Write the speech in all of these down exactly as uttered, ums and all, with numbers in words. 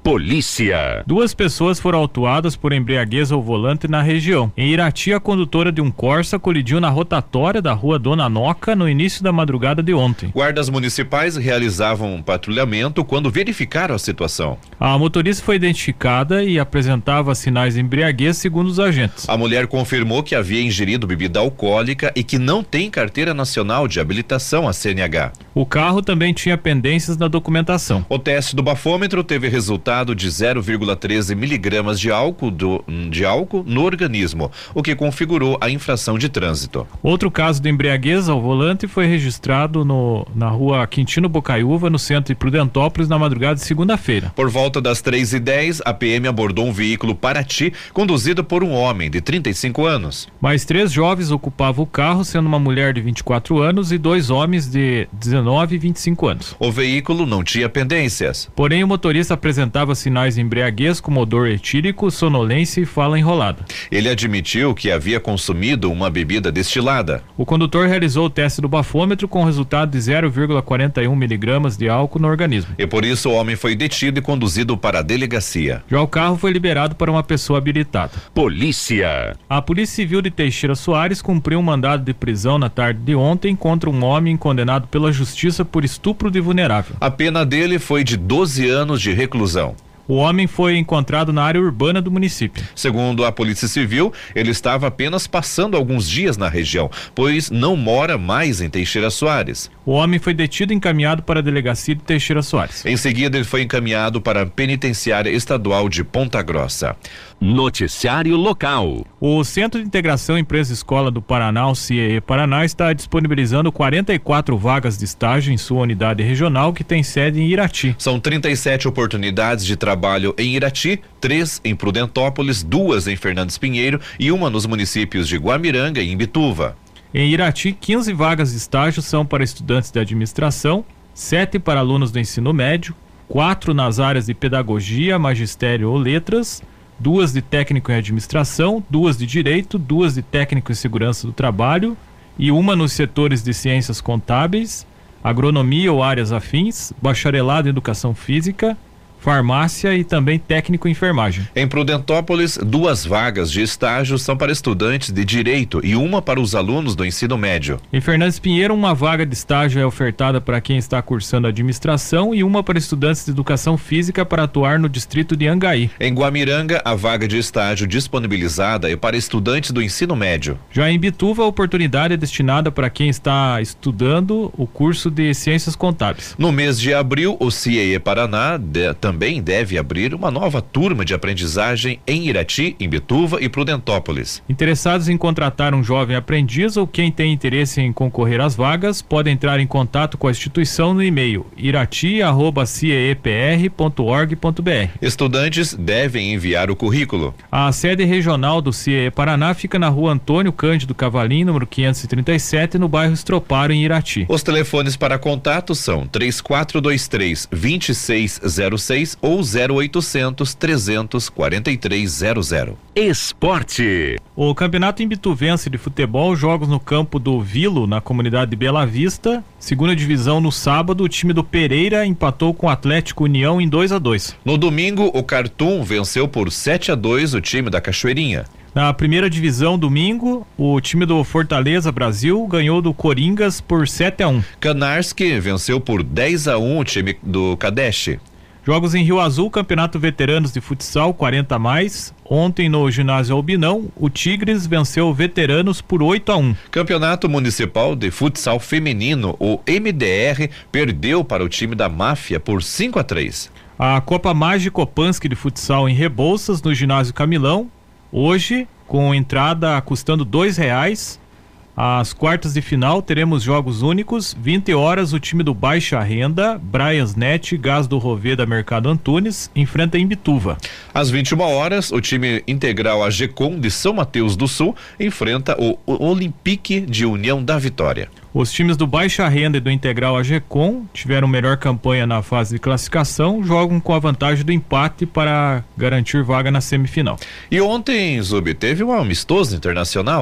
Polícia. Duas pessoas foram autuadas por embriaguez ao volante na região. Em Irati, a condutora de um Corsa colidiu na rotatória da rua Dona Noca no início da madrugada de ontem. Guardas municipais realizavam um patrulhamento quando verificaram a situação. A motorista foi identificada e apresentava sinais de embriaguez, segundo os agentes. A mulher confirmou que havia ingerido bebida alcoólica e que não tem carteira nacional de habilitação, a C N H. O carro também tinha pendências na documentação. O teste do bafômetro teve resultado de zero vírgula treze miligramas de álcool, do, de álcool no organismo, o que configurou a infração de trânsito. Outro caso de embriaguez ao volante foi registrado no, na rua Quintino Bocaiúva, no centro de Prudentópolis, na madrugada de segunda-feira. Por volta das três e dez, a P M abordou um veículo Paraty conduzido por um homem de trinta e cinco anos. Mais três jovens ocupavam o carro, sendo uma mulher de vinte e quatro anos e dois homens de dezenove e vinte e cinco anos. O veículo não tinha pendências. Porém, o motorista apresentava sinais de embriaguez como odor etílico, sonolência e fala enrolada. Ele admitiu que havia consumido uma bebida destilada. O condutor realizou o teste do bafômetro com resultado de zero vírgula quarenta e um miligramas de álcool no organismo. E por isso o homem foi detido e conduzido para a delegacia. Já o carro foi liberado para uma pessoa habilitada. Polícia. A Polícia Civil de Teixeira Soares cumpriu um mandado de prisão na tarde de ontem contra um homem condenado pela justiça por estupro de vulnerável. A pena dele foi de doze anos de reclusão. O homem foi encontrado na área urbana do município. Segundo a Polícia Civil, ele estava apenas passando alguns dias na região, pois não mora mais em Teixeira Soares. O homem foi detido e encaminhado para a delegacia de Teixeira Soares. Em seguida, ele foi encaminhado para a penitenciária estadual de Ponta Grossa. Noticiário local. O Centro de Integração Empresa Escola do Paraná, o C I E Paraná, está disponibilizando quarenta e quatro vagas de estágio em sua unidade regional, que tem sede em Irati. São trinta e sete oportunidades de trabalho em Irati, três em Prudentópolis, duas em Fernandes Pinheiro e uma nos municípios de Guamiranga e Imbituva. Em Irati, quinze vagas de estágio são para estudantes de administração, sete para alunos do ensino médio, quatro nas áreas de pedagogia, magistério ou letras, duas de técnico em administração, duas de direito, duas de técnico em segurança do trabalho e uma nos setores de ciências contábeis, agronomia ou áreas afins, bacharelado em educação física, farmácia e também técnico em enfermagem. Em Prudentópolis, duas vagas de estágio são para estudantes de direito e uma para os alunos do ensino médio. Em Fernandes Pinheiro, uma vaga de estágio é ofertada para quem está cursando administração e uma para estudantes de educação física para atuar no distrito de Angaí. Em Guamiranga, a vaga de estágio disponibilizada é para estudantes do ensino médio. Já em Bituva, a oportunidade é destinada para quem está estudando o curso de ciências contábeis. No mês de abril, o C I E Paraná de, também também deve abrir uma nova turma de aprendizagem em Irati, Imbituva e Prudentópolis. Interessados em contratar um jovem aprendiz ou quem tem interesse em concorrer às vagas, pode entrar em contato com a instituição no e-mail irati arroba c e e p r ponto org ponto b r. Estudantes devem enviar o currículo. A sede regional do C I E Paraná fica na rua Antônio Cândido Cavalim, número quinhentos e trinta e sete, no bairro Estroparo, em Irati. Os telefones para contato são três quatro dois três, dois seis zero seis ou zero oitocentos, trezentos, quarenta e três zero zero. Esporte. O Campeonato Imbituvense de Futebol, jogos no campo do Vilo, na comunidade de Bela Vista. Segunda divisão no sábado, o time do Pereira empatou com o Atlético União em dois a dois. No domingo, o Cartoon venceu por sete a dois o time da Cachoeirinha. Na primeira divisão, domingo, o time do Fortaleza Brasil ganhou do Coringas por sete a um. Canarski venceu por dez a um o time do Cadeste. Jogos em Rio Azul, Campeonato Veteranos de Futsal, quarenta a mais. Ontem no ginásio Albinão, o Tigres venceu o Veteranos por oito a um. Campeonato Municipal de Futsal Feminino, o M D R, perdeu para o time da Máfia por cinco a três. A Copa Mágico Kopansky de Futsal em Rebouças, no ginásio Camilão, hoje, com entrada custando dois reais. Às quartas de final teremos jogos únicos, vinte horas o time do Baixa Renda, Braians Net, Gás do Roveda Mercado Antunes, enfrenta Imbituva. Às vinte e uma horas, o time integral A G C O M de São Mateus do Sul enfrenta o Olympique de União da Vitória. Os times do Baixa Renda e do Integral A G C O M tiveram melhor campanha na fase de classificação, jogam com a vantagem do empate para garantir vaga na semifinal. E ontem, Zubi, teve um amistoso internacional?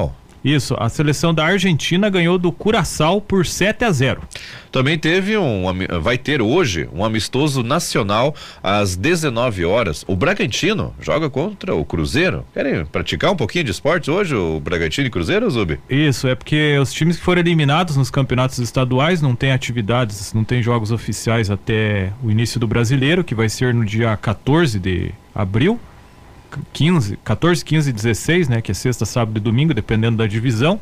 Isso, a seleção da Argentina ganhou do Curaçao por sete a zero. Também teve um, vai ter hoje um amistoso nacional às dezenove horas. O Bragantino joga contra o Cruzeiro. Querem praticar um pouquinho de esportes hoje, o Bragantino e Cruzeiro, Zubi? Isso, é porque os times que foram eliminados nos campeonatos estaduais não têm atividades, não tem jogos oficiais até o início do Brasileiro, que vai ser no dia quatorze de abril. quinze, quatorze, quinze e dezesseis, né? Que é sexta, sábado e domingo, dependendo da divisão.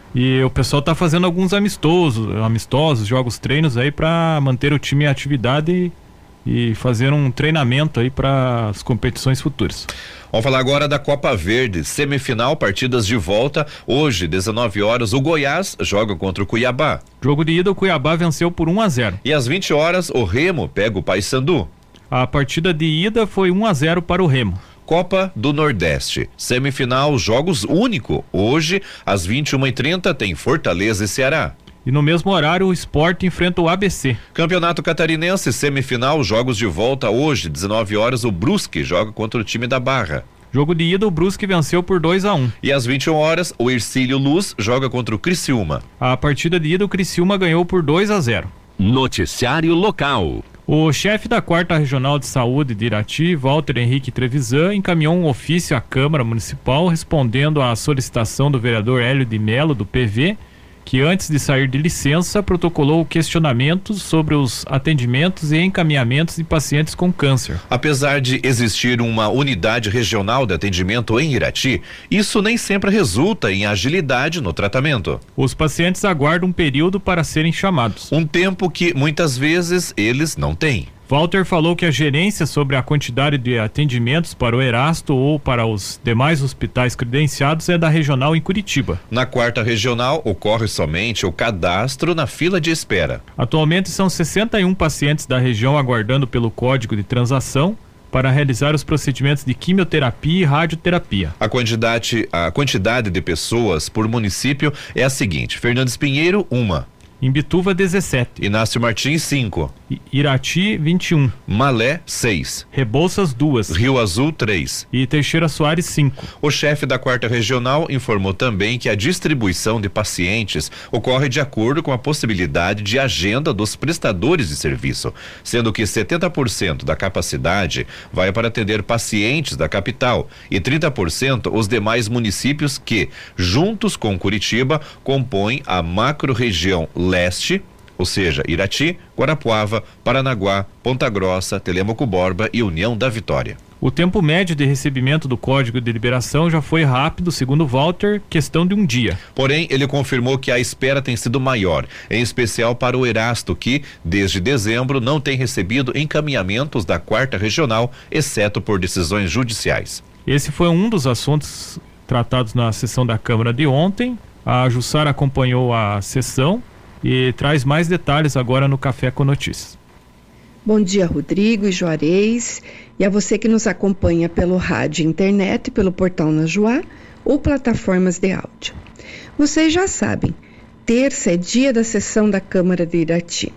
E o pessoal tá fazendo alguns amistosos, amistosos, jogos, treinos aí para manter o time em atividade e, e fazer um treinamento aí para as competições futuras. Vamos falar agora da Copa Verde, semifinal, partidas de volta. Hoje, dezenove horas, o Goiás joga contra o Cuiabá. Jogo de ida, o Cuiabá venceu por um a zero. E às vinte horas, o Remo pega o Paysandu. A partida de ida foi um a zero para o Remo. Copa do Nordeste, semifinal, jogos único. Hoje, às vinte e uma e trinta, tem Fortaleza e Ceará. E no mesmo horário, o Sport enfrenta o A B C. Campeonato Catarinense, semifinal, jogos de volta hoje, dezenove horas, o Brusque joga contra o time da Barra. Jogo de ida, o Brusque venceu por dois a um. E às vinte e uma horas, o Hercílio Luz joga contra o Criciúma. A partida de ida, o Criciúma ganhou por dois a zero. Noticiário local. O chefe da quarta Regional de Saúde de Irati, Walter Henrique Trevisan, encaminhou um ofício à Câmara Municipal respondendo à solicitação do vereador Hélio de Melo, do P V, que antes de sair de licença protocolou questionamentos sobre os atendimentos e encaminhamentos de pacientes com câncer. Apesar de existir uma unidade regional de atendimento em Irati, isso nem sempre resulta em agilidade no tratamento. Os pacientes aguardam um período para serem chamados. Um tempo que muitas vezes eles não têm. Walter falou que a gerência sobre a quantidade de atendimentos para o Erasto ou para os demais hospitais credenciados é da regional em Curitiba. Na quarta regional ocorre somente o cadastro na fila de espera. Atualmente são sessenta e um pacientes da região aguardando pelo código de transação para realizar os procedimentos de quimioterapia e radioterapia. A quantidade, a quantidade de pessoas por município é a seguinte: Fernandes Pinheiro, uma. Imbituva, dezessete. Inácio Martins, cinco. I- Irati, vinte e um. Malé, seis. Rebouças, duas. Rio Azul, três. E Teixeira Soares, cinco. O chefe da quarta regional informou também que a distribuição de pacientes ocorre de acordo com a possibilidade de agenda dos prestadores de serviço, sendo que setenta por cento da capacidade vai para atender pacientes da capital e trinta por cento os demais municípios que, juntos com Curitiba, compõem a macro-região leste, ou seja, Irati, Guarapuava, Paranaguá, Ponta Grossa, Telêmaco Borba e União da Vitória. O tempo médio de recebimento do código de liberação já foi rápido, segundo Walter, questão de um dia. Porém, ele confirmou que a espera tem sido maior, em especial para o Erasto, que, desde dezembro, não tem recebido encaminhamentos da quarta regional, exceto por decisões judiciais. Esse foi um dos assuntos tratados na sessão da Câmara de ontem. A Jussara acompanhou a sessão e traz mais detalhes agora no Café com Notícias. Bom dia, Rodrigo e Juarez, e a você que nos acompanha pelo rádio e internet, pelo portal Najuá ou plataformas de áudio. Vocês já sabem, terça é dia da sessão da Câmara de Irati.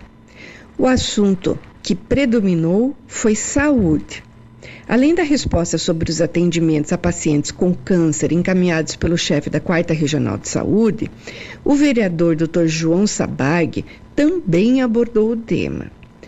O assunto que predominou foi saúde. Além da resposta sobre os atendimentos a pacientes com câncer encaminhados pelo chefe da quarta Regional de Saúde, o vereador doutor João Sabag também abordou o tema.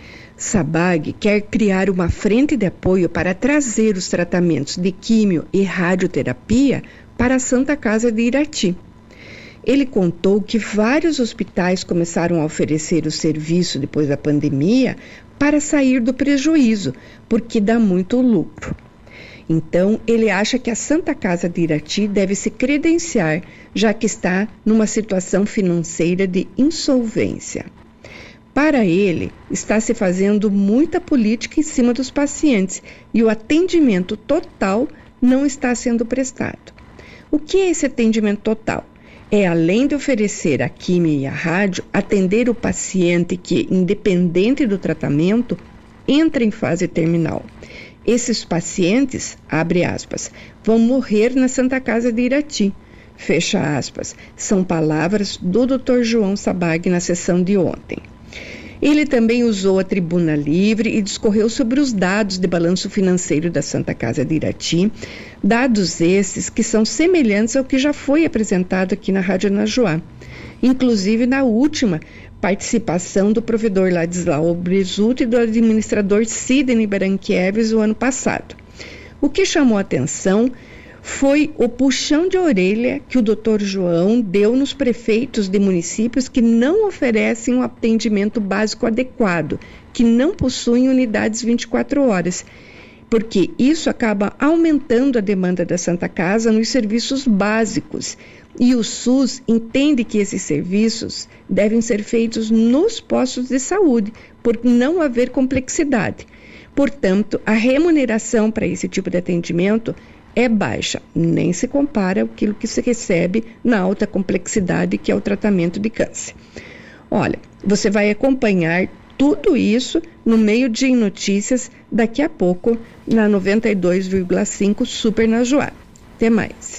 Sabag quer criar uma frente de apoio para trazer os tratamentos de químio e radioterapia para a Santa Casa de Irati. Ele contou que vários hospitais começaram a oferecer o serviço depois da pandemia para sair do prejuízo, porque dá muito lucro. Então, ele acha que a Santa Casa de Irati deve se credenciar, já que está numa situação financeira de insolvência. Para ele, está se fazendo muita política em cima dos pacientes e o atendimento total não está sendo prestado. O que é esse atendimento total? É, além de oferecer a químio e a rádio, atender o paciente que, independente do tratamento, entra em fase terminal. Esses pacientes, abre aspas, vão morrer na Santa Casa de Irati, fecha aspas. São palavras do doutor João Sabag na sessão de ontem. Ele também usou a tribuna livre e discorreu sobre os dados de balanço financeiro da Santa Casa de Irati, dados esses que são semelhantes ao que já foi apresentado aqui na Rádio Anajuá, inclusive na última participação do provedor Ladislau Bresuto e do administrador Sidney Baranquieves o ano passado. O que chamou a atenção foi o puxão de orelha que o doutor João deu nos prefeitos de municípios que não oferecem um atendimento básico adequado, que não possuem unidades vinte e quatro horas, porque isso acaba aumentando a demanda da Santa Casa nos serviços básicos. E o SUS entende que esses serviços devem ser feitos nos postos de saúde, por não haver complexidade. Portanto, a remuneração para esse tipo de atendimento é baixa, nem se compara àquilo que se recebe na alta complexidade, que é o tratamento de câncer. Olha, você vai acompanhar tudo isso no Meio Dia em Notícias daqui a pouco na noventa e dois vírgula cinco Super Najuá. Até mais.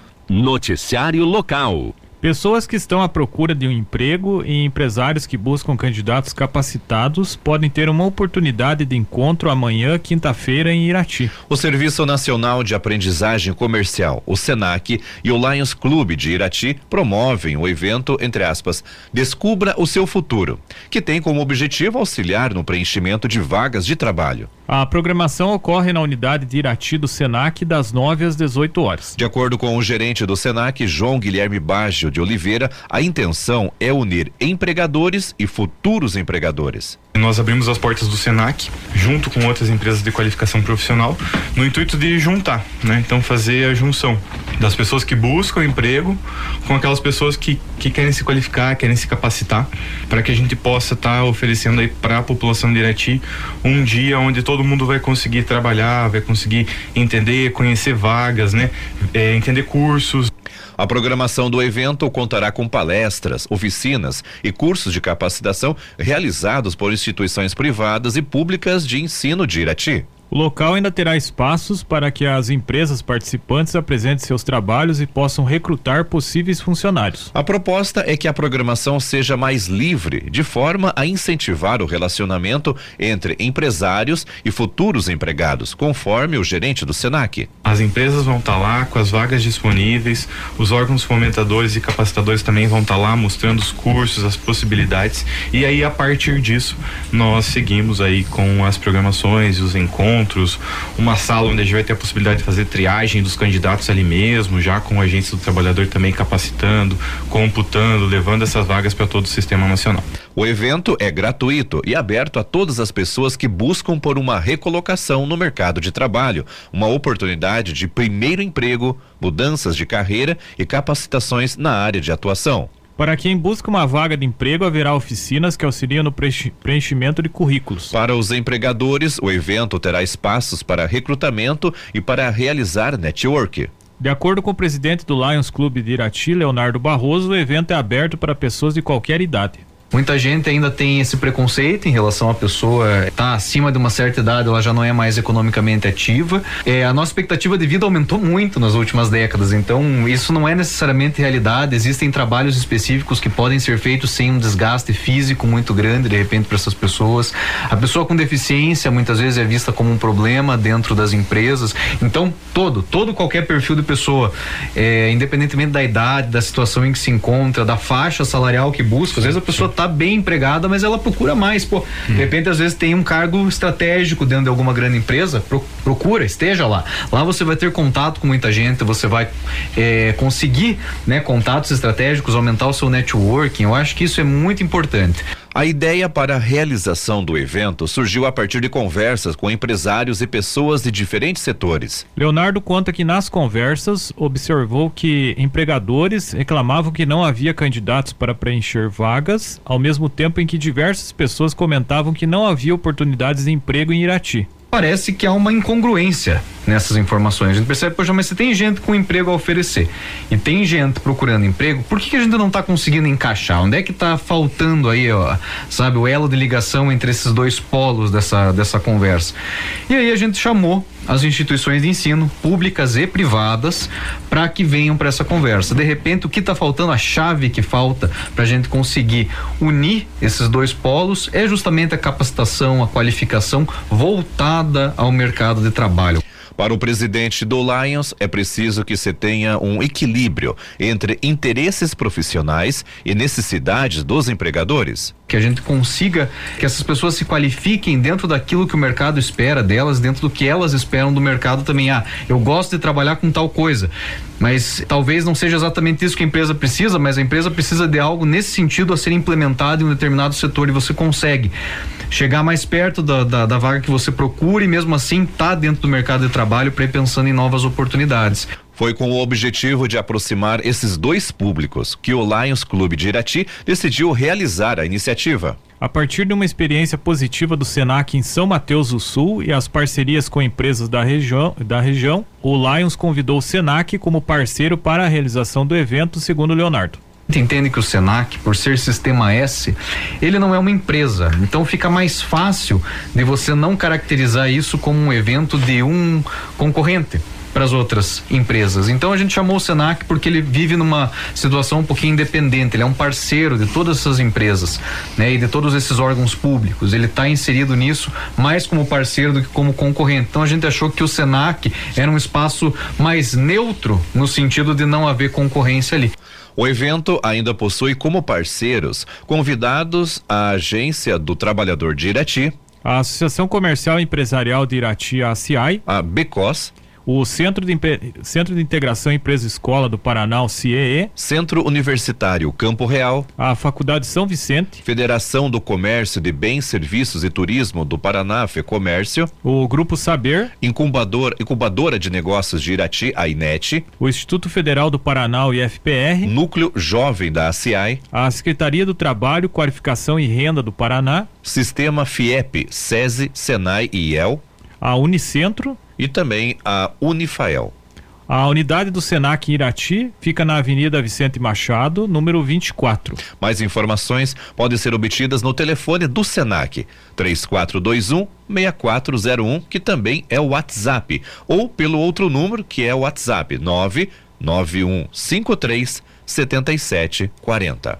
Noticiário local. Pessoas que estão à procura de um emprego e empresários que buscam candidatos capacitados podem ter uma oportunidade de encontro amanhã, quinta-feira, em Irati. O Serviço Nacional de Aprendizagem Comercial, o SENAC, e o Lions Clube de Irati promovem o evento, entre aspas, Descubra o Seu Futuro, que tem como objetivo auxiliar no preenchimento de vagas de trabalho. A programação ocorre na unidade de Irati do SENAC das nove às dezoito horas. De acordo com o gerente do SENAC, João Guilherme Baggio de Oliveira, a intenção é unir empregadores e futuros empregadores. Nós abrimos as portas do SENAC junto com outras empresas de qualificação profissional no intuito de juntar, né? Então fazer a junção das pessoas que buscam emprego com aquelas pessoas que, que querem se qualificar, querem se capacitar, para que a gente possa estar tá oferecendo aí para a população de Irati um dia onde todo mundo vai conseguir trabalhar, vai conseguir entender, conhecer vagas, né? É, entender cursos. A programação do evento contará com palestras, oficinas e cursos de capacitação realizados por instituições privadas e públicas de ensino de Irati. O local ainda terá espaços para que as empresas participantes apresentem seus trabalhos e possam recrutar possíveis funcionários. A proposta é que a programação seja mais livre, de forma a incentivar o relacionamento entre empresários e futuros empregados, conforme o gerente do SENAC. As empresas vão estar lá com as vagas disponíveis, os órgãos fomentadores e capacitadores também vão estar lá mostrando os cursos, as possibilidades, e aí a partir disso nós seguimos aí com as programações e os encontros, uma sala onde a gente vai ter a possibilidade de fazer triagem dos candidatos ali mesmo, já com o agente do trabalhador também capacitando, computando, levando essas vagas para todo o sistema nacional. O evento é gratuito e aberto a todas as pessoas que buscam por uma recolocação no mercado de trabalho, uma oportunidade de primeiro emprego, mudanças de carreira e capacitações na área de atuação. Para quem busca uma vaga de emprego, haverá oficinas que auxiliam no preenchimento de currículos. Para os empregadores, o evento terá espaços para recrutamento e para realizar network. De acordo com o presidente do Lions Clube de Irati, Leonardo Barroso, o evento é aberto para pessoas de qualquer idade. Muita gente ainda tem esse preconceito em relação à pessoa estar tá acima de uma certa idade, ela já não é mais economicamente ativa. É, a nossa expectativa de vida aumentou muito nas últimas décadas, então isso não é necessariamente realidade. Existem trabalhos específicos que podem ser feitos sem um desgaste físico muito grande, de repente, para essas pessoas. A pessoa com deficiência muitas vezes é vista como um problema dentro das empresas. Então, todo, todo qualquer perfil de pessoa, é, independentemente da idade, da situação em que se encontra, da faixa salarial que busca, às vezes a pessoa tá bem empregada, mas ela procura mais, pô, hum. de repente às vezes tem um cargo estratégico dentro de alguma grande empresa, pro, procura, esteja lá, lá você vai ter contato com muita gente, você vai é, conseguir, né, contatos estratégicos, aumentar o seu networking. Eu acho que isso é muito importante. A ideia para a realização do evento surgiu a partir de conversas com empresários e pessoas de diferentes setores. Leonardo conta que nas conversas observou que empregadores reclamavam que não havia candidatos para preencher vagas, ao mesmo tempo em que diversas pessoas comentavam que não havia oportunidades de emprego em Irati. Parece que há uma incongruência nessas informações. A gente percebe, poxa, mas se tem gente com emprego a oferecer e tem gente procurando emprego, por que, que a gente não está conseguindo encaixar? Onde é que está faltando aí, ó, sabe, o elo de ligação entre esses dois polos dessa, dessa conversa? E aí a gente chamou as instituições de ensino, públicas e privadas, para que venham para essa conversa. De repente, o que está faltando, a chave que falta para a gente conseguir unir esses dois polos é justamente a capacitação, a qualificação voltada ao mercado de trabalho. Para o presidente do Lions, é preciso que se tenha um equilíbrio entre interesses profissionais e necessidades dos empregadores. Que a gente consiga que essas pessoas se qualifiquem dentro daquilo que o mercado espera delas, dentro do que elas esperam do mercado também. Ah, eu gosto de trabalhar com tal coisa, mas talvez não seja exatamente isso que a empresa precisa, mas a empresa precisa de algo nesse sentido a ser implementado em um determinado setor, e você consegue chegar mais perto da, da, da vaga que você procura e mesmo assim tá dentro do mercado de trabalho para ir pensando em novas oportunidades. Foi com o objetivo de aproximar esses dois públicos que o Lions Clube de Irati decidiu realizar a iniciativa. A partir de uma experiência positiva do Senac em São Mateus do Sul e as parcerias com empresas da região, da região, o Lions convidou o Senac como parceiro para a realização do evento, segundo Leonardo. Entende que o Senac, por ser sistema S, ele não é uma empresa, então fica mais fácil de você não caracterizar isso como um evento de um concorrente para as outras empresas. Então a gente chamou o Senac porque ele vive numa situação um pouquinho independente, ele é um parceiro de todas essas empresas, né, e de todos esses órgãos públicos. Ele está inserido nisso mais como parceiro do que como concorrente. Então a gente achou que o Senac era um espaço mais neutro no sentido de não haver concorrência ali. O evento ainda possui como parceiros convidados a Agência do Trabalhador de Irati, a Associação Comercial e Empresarial de Irati, a ACIAI, a Becos, o Centro de, Centro de Integração Empresa Escola do Paraná, o C I E E, Centro Universitário Campo Real, a Faculdade São Vicente, Federação do Comércio de Bens, Serviços e Turismo do Paraná, FEComércio, o Grupo Saber, Incubador, Incubadora de Negócios de Irati, a INET, o Instituto Federal do Paraná, o I F P R, Núcleo Jovem da ACIAI, a Secretaria do Trabalho, Qualificação e Renda do Paraná, Sistema FIEP, SESI, SENAI e I E L, a Unicentro e também a Unifael. A unidade do Senac em Irati fica na Avenida Vicente Machado, número vinte e quatro. Mais informações podem ser obtidas no telefone do Senac, três quatro dois um, seis quatro zero um, que também é o WhatsApp, ou pelo outro número que é o WhatsApp, nove nove um cinco três sete sete quatro zero.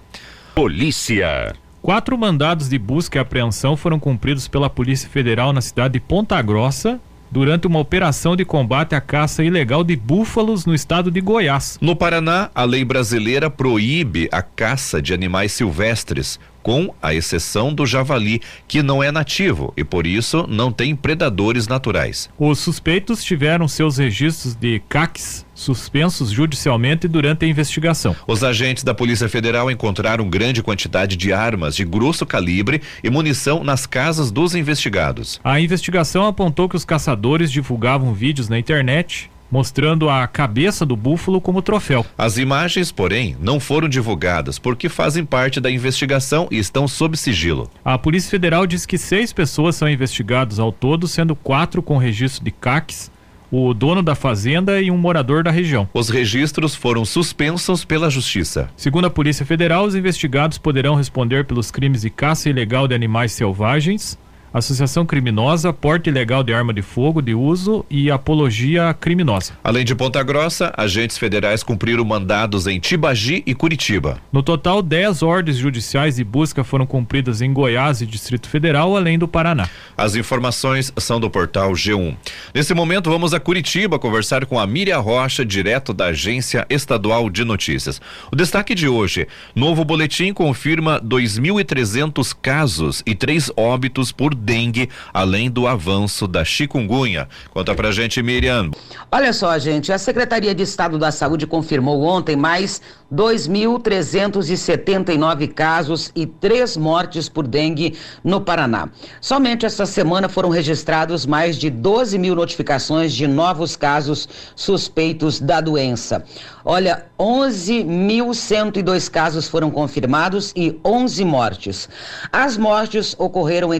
Polícia. Quatro mandados de busca e apreensão foram cumpridos pela Polícia Federal na cidade de Ponta Grossa durante uma operação de combate à caça ilegal de búfalos no estado de Goiás. No Paraná, a lei brasileira proíbe a caça de animais silvestres, com a exceção do javali, que não é nativo e por isso não tem predadores naturais. Os suspeitos tiveram seus registros de C A Cs suspensos judicialmente durante a investigação. Os agentes da Polícia Federal encontraram grande quantidade de armas de grosso calibre e munição nas casas dos investigados. A investigação apontou que os caçadores divulgavam vídeos na internet mostrando a cabeça do búfalo como troféu. As imagens, porém, não foram divulgadas porque fazem parte da investigação e estão sob sigilo. A Polícia Federal diz que seis pessoas são investigadas ao todo, sendo quatro com registro de C A Cs, o dono da fazenda e um morador da região. Os registros foram suspensos pela Justiça. Segundo a Polícia Federal, os investigados poderão responder pelos crimes de caça ilegal de animais selvagens, associação criminosa, porte ilegal de arma de fogo de uso e apologia criminosa. Além de Ponta Grossa, agentes federais cumpriram mandados em Tibagi e Curitiba. No total, dez ordens judiciais de busca foram cumpridas em Goiás e Distrito Federal, além do Paraná. As informações são do portal G um. Nesse momento, vamos a Curitiba conversar com a Miriam Rocha, direto da Agência Estadual de Notícias. O destaque de hoje: novo boletim confirma dois mil e trezentos casos e três óbitos por dengue, além do avanço da chikungunya. Conta pra gente, Miriam. Olha só, gente, a Secretaria de Estado da Saúde confirmou ontem mais dois mil trezentos e setenta e nove casos e três mortes por dengue no Paraná. Somente esta semana foram registrados mais de doze mil notificações de novos casos suspeitos da doença. Olha, onze mil cento e dois casos foram confirmados e onze mortes. As mortes ocorreram entre vinte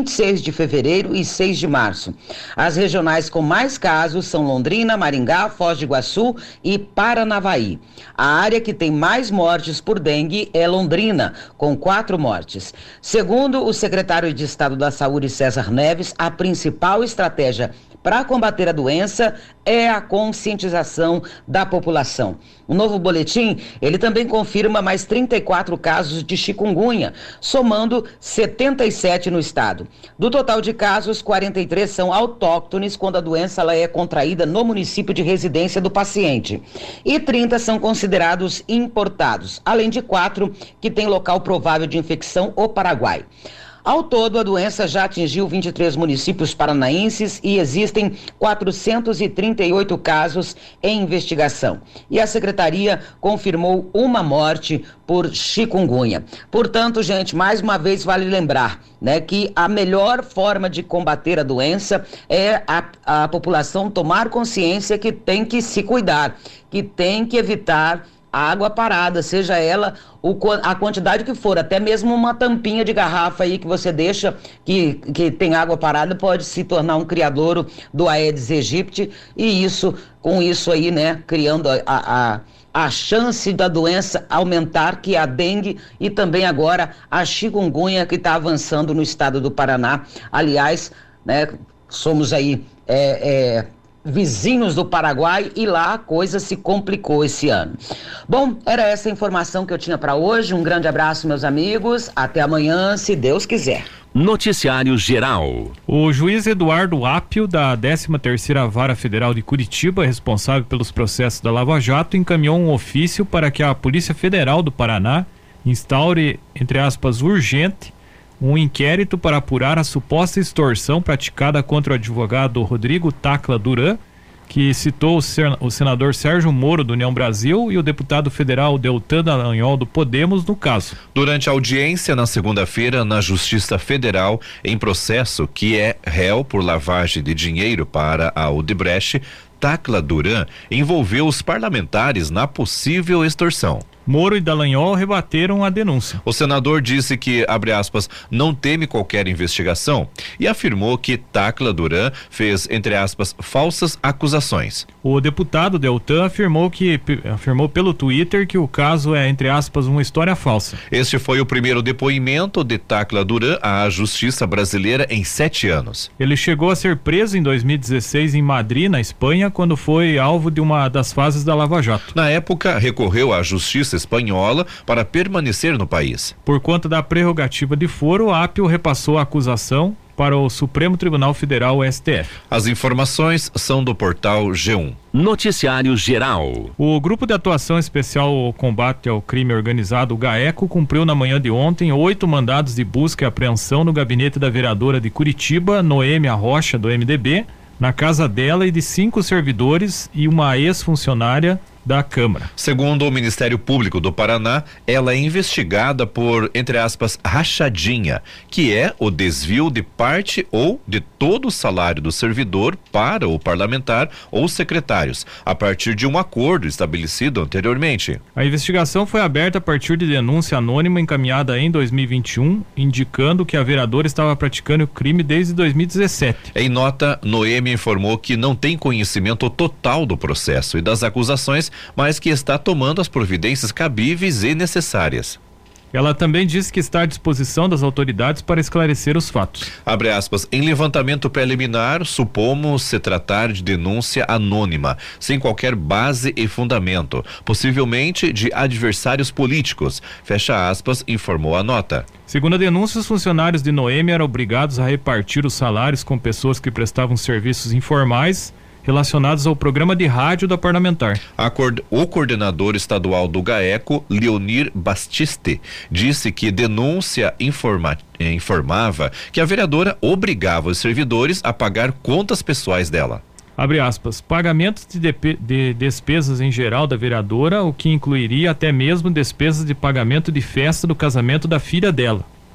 e seis de fevereiro e seis de março. As regionais com mais casos são Londrina, Maringá, Foz do Iguaçu e Paranavaí. A área que tem mais mortes por dengue é Londrina, com quatro mortes. Segundo o secretário de Estado da Saúde, César Neves, a principal estratégia para combater a doença é a conscientização da população. O novo boletim, ele também confirma mais trinta e quatro casos de chikungunya, somando setenta e sete no estado. Do total de casos, quarenta e três são autóctones, quando a doença ela é contraída no município de residência do paciente. E trinta são considerados importados, além de quatro que têm local provável de infecção, o Paraguai. Ao todo, a doença já atingiu vinte e três municípios paranaenses e existem quatrocentos e trinta e oito casos em investigação. E a secretaria confirmou uma morte por chikungunya. Portanto, gente, mais uma vez vale lembrar, né, que a melhor forma de combater a doença é a, a população tomar consciência que tem que se cuidar, que tem que evitar a água parada, seja ela o, a quantidade que for, até mesmo uma tampinha de garrafa aí que você deixa que, que tem água parada pode se tornar um criadouro do Aedes aegypti, e isso, com isso aí, né, criando a, a, a chance da doença aumentar, que é a dengue, e também agora a chikungunya, que está avançando no estado do Paraná. Aliás, né, somos aí é, é, vizinhos do Paraguai, e lá a coisa se complicou esse ano. Bom, era essa a informação que eu tinha para hoje. Um grande abraço, meus amigos. Até amanhã, se Deus quiser. Noticiário Geral. O juiz Eduardo Apio, da décima terceira Vara Federal de Curitiba, responsável pelos processos da Lava Jato, encaminhou um ofício para que a Polícia Federal do Paraná instaure, entre aspas, urgente, um inquérito para apurar a suposta extorsão praticada contra o advogado Rodrigo Tacla Duran, que citou o, sen- o senador Sérgio Moro, do União Brasil, e o deputado federal Deltan Dallagnol, do Podemos, no caso. Durante a audiência na segunda-feira na Justiça Federal, em processo que é réu por lavagem de dinheiro para a Odebrecht, Tacla Duran envolveu os parlamentares na possível extorsão. Moro e Dallagnol rebateram a denúncia. O senador disse que, abre aspas, não teme qualquer investigação e afirmou que Tacla Duran fez, entre aspas, falsas acusações. O deputado Deltan afirmou que afirmou pelo Twitter que o caso é, entre aspas, uma história falsa. Este foi o primeiro depoimento de Tacla Duran à Justiça Brasileira em sete anos. Ele chegou a ser preso em dois mil e dezesseis em Madrid, na Espanha, quando foi alvo de uma das fases da Lava Jato. Na época, recorreu à Justiça Espanhola para permanecer no país. Por conta da prerrogativa de foro, o Apio repassou a acusação para o Supremo Tribunal Federal, o S T F. As informações são do portal G um. Noticiário Geral. O Grupo de Atuação Especial ao Combate ao Crime Organizado, o GAECO, cumpriu na manhã de ontem oito mandados de busca e apreensão no gabinete da vereadora de Curitiba, Noêmia Rocha, do M D B, na casa dela e de cinco servidores e uma ex-funcionária da Câmara. Segundo o Ministério Público do Paraná, ela é investigada por, entre aspas, rachadinha, que é o desvio de parte ou de todo o salário do servidor para o parlamentar ou secretários, a partir de um acordo estabelecido anteriormente. A investigação foi aberta a partir de denúncia anônima encaminhada em dois mil e vinte e um, indicando que a vereadora estava praticando o crime desde dois mil e dezessete. Em nota, Noêmia informou que não tem conhecimento total do processo e das acusações, mas que está tomando as providências cabíveis e necessárias. Ela também disse que está à disposição das autoridades para esclarecer os fatos. Abre aspas, em levantamento preliminar, supomos se tratar de denúncia anônima, sem qualquer base e fundamento, possivelmente de adversários políticos, fecha aspas, informou a nota. Segundo a denúncia, os funcionários de Noêmia eram obrigados a repartir os salários com pessoas que prestavam serviços informais relacionados ao programa de rádio da parlamentar. A cord- o coordenador estadual do GAECO, Leonir Bastiste, disse que denúncia informa- informava que a vereadora obrigava os servidores a pagar contas pessoais dela. Abre aspas, pagamentos de, de, de despesas em geral da vereadora, o que incluiria até mesmo despesas de pagamento de festa do casamento da filha dela.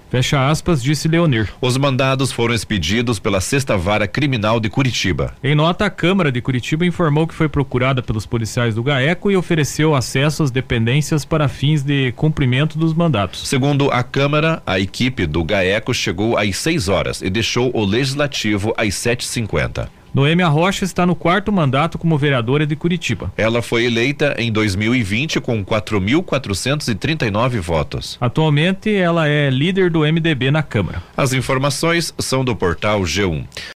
Fecha aspas, disse Leonir. Os mandados foram expedidos pela Sexta Vara Criminal de Curitiba. Em nota, a Câmara de Curitiba informou que foi procurada pelos policiais do GAECO e ofereceu acesso às dependências para fins de cumprimento dos mandatos. Segundo a Câmara, a equipe do GAECO chegou às seis horas e deixou o Legislativo às sete e cinquenta. Noêmia Rocha está no quarto mandato como vereadora de Curitiba. Ela foi eleita em dois mil e vinte com quatro mil quatrocentos e trinta e nove votos. Atualmente, ela é líder do M D B na Câmara. As informações são do portal G um.